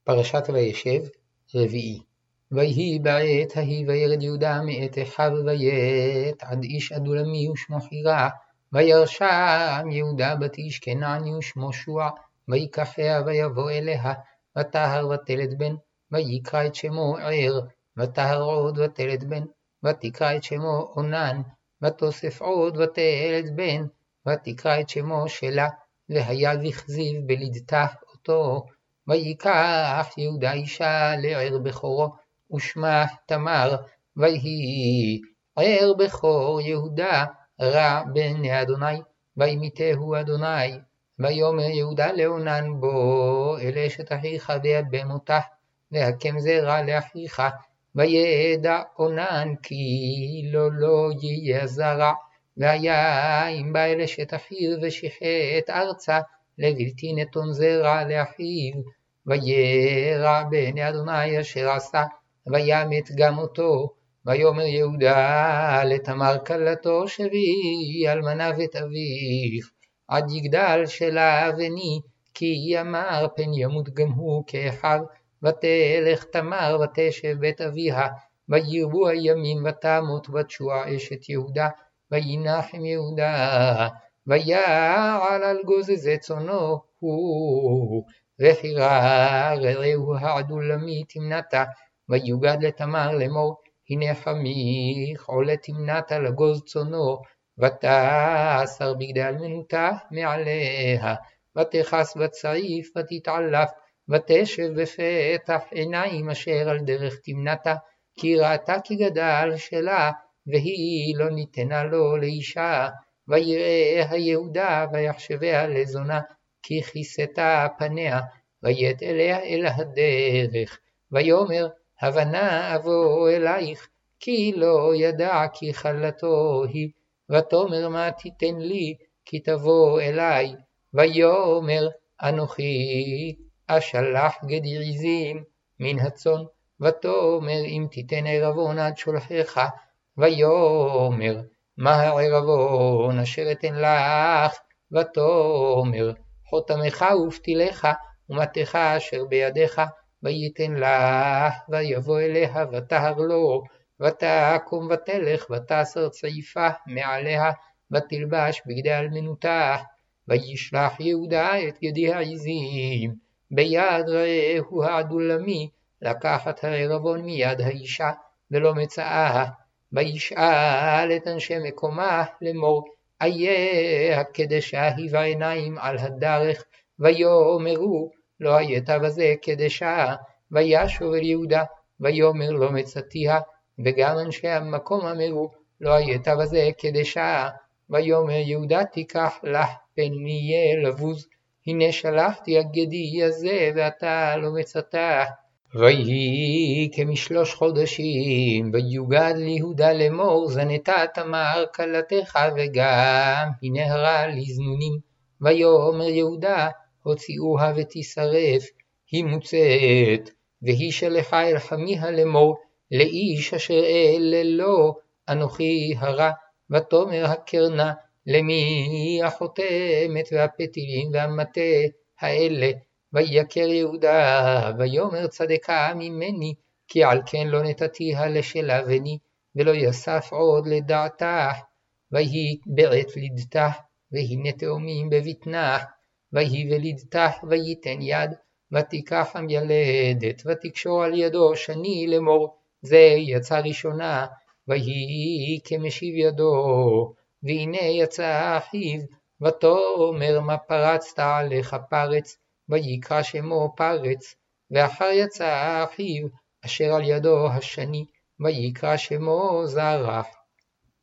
פרשת וישב רביעי. ויהי בעת ההיא וירד יהודה מאת אחיו ויט עד איש אדולמי ושמו חירה, וירשם יהודה בת איש כנעני ושמו שוע, ויקחיה ויבוא אליה, ותהר ותלד בן, ויקרא את שמו ער, ותהר עוד ותלד בן, ותקרא את שמו עונן, ותוסף עוד ותלד בן, ותקרא את שמו שלה, והיה לכזיב בלידתה אותו. ויקח יהודה אישה לער בכורו, ושמה תמר, ויהי ער בכור יהודה רע בעיני אדוני, וימיתהו אדוני. ויאמר יהודה לעונן בוא אל אשת אחיך ויבם אותה, והקם זרע לאחיך, וידע עונן כי לא יהיה זרע. והיה אם בא אל אשת אחיו ושיחת ארצה לבלתי נתון זרע לאחיו, וירע בעיני אדוני אשר עשה, וימת גם אותו. ויאמר יהודה לתמר כלתו שבי אלמנה בית אביך, עד יגדל שלה בני, כי אמר פן ימות גם הוא כאחיו. ותלך תמר ותשב בית אביה, וירבו הימים ותמות בת שוע אשת יהודה, וינחם יהודה, ויעל על גוזזי צאנו הוא, וחירה רעהו העדולמי תמנתה. ויוגד לתמר לאמור, הנה חמיך עולה תמנתה לגוז צאנו, ותאסר בגדי אלמנותה מעליה, ותכס בצעיף ותתעלף, ותשב בפתח עיניים אשר על דרך תמנתה, כי ראתה כי גדל שלה, והיא לא ניתנה לו לאישה. ויראה היהודה ויחשביה לזונה, כי כיסתה פניה, ויט אליה אל הדרך. ויאמר הבנה אבוא אלייך, כי לא ידע כי חלתו היא. ותאמר מה תיתן לי, כי תבוא אלי. ויאמר אנוכי אשלח גדי עזים מן הצאן. ותאמר אם תיתן ערבון עד שולחך. ויאמר מה הערבון אשר אתן לך? ותאמר חותמך ופתילך ומטך אשר בידיך. ויתן לך, ויבוא אליה ותהר לו, ותקום ותלך ותאסר צעיפה מעליה, ותלבש בגדי אלמנותה. וישלח יהודה את גדי העזים ביד רעהו העדולמי, לקחת הערבון מיד האישה, ולא מצאה. וישאל את אנשי מקומה לאמור, איה הקדשה היא בעיניים על הדרך? ויאמרו לא הייתה בזה קדשה. וישוב אל יהודה, ויאמר לא מצאתיה. וגם אנשי המקום אמרו לא הייתה בזה קדשה. ויאמר יהודה תיקח לך פן נהיה לבוז, הנה שלחתי הגדי הזה ואתה לא מצאתה. ויהי כ3 חודשים, ויוגד ליהודה לאמור, זנתה תמר כלתך וגם היא נהרה לזנונים. ויאמר יהודה הוציאוה ותשרף, היא מוצאת. והיא שלחה אל חמיה לאמור, לאיש אשר אלה לו אנוכי הרע. ותאמר הקרנה, למי החותמת והפתילים והמטה האלה? ויקר יהודה, ויאמר צדקה ממני, כי על כן לא נתתיה לשלה בני, ולא יסף עוד לדעתה. ויהי בעת לידתה, והנה תאומים בבטנה. ויהי ולידתה, ויתן יד, ותיקח המילדת, ותקשור על ידו שני לאמור, זה יצא ראשונה. ויהי כמשיב ידו, והנה יצא אחיו, ותאמר מה פרצת עליך פרץ? ויקרא שמו פרץ. ואחר יצא אחיו אשר על ידו השני, ויקרא שמו זרח.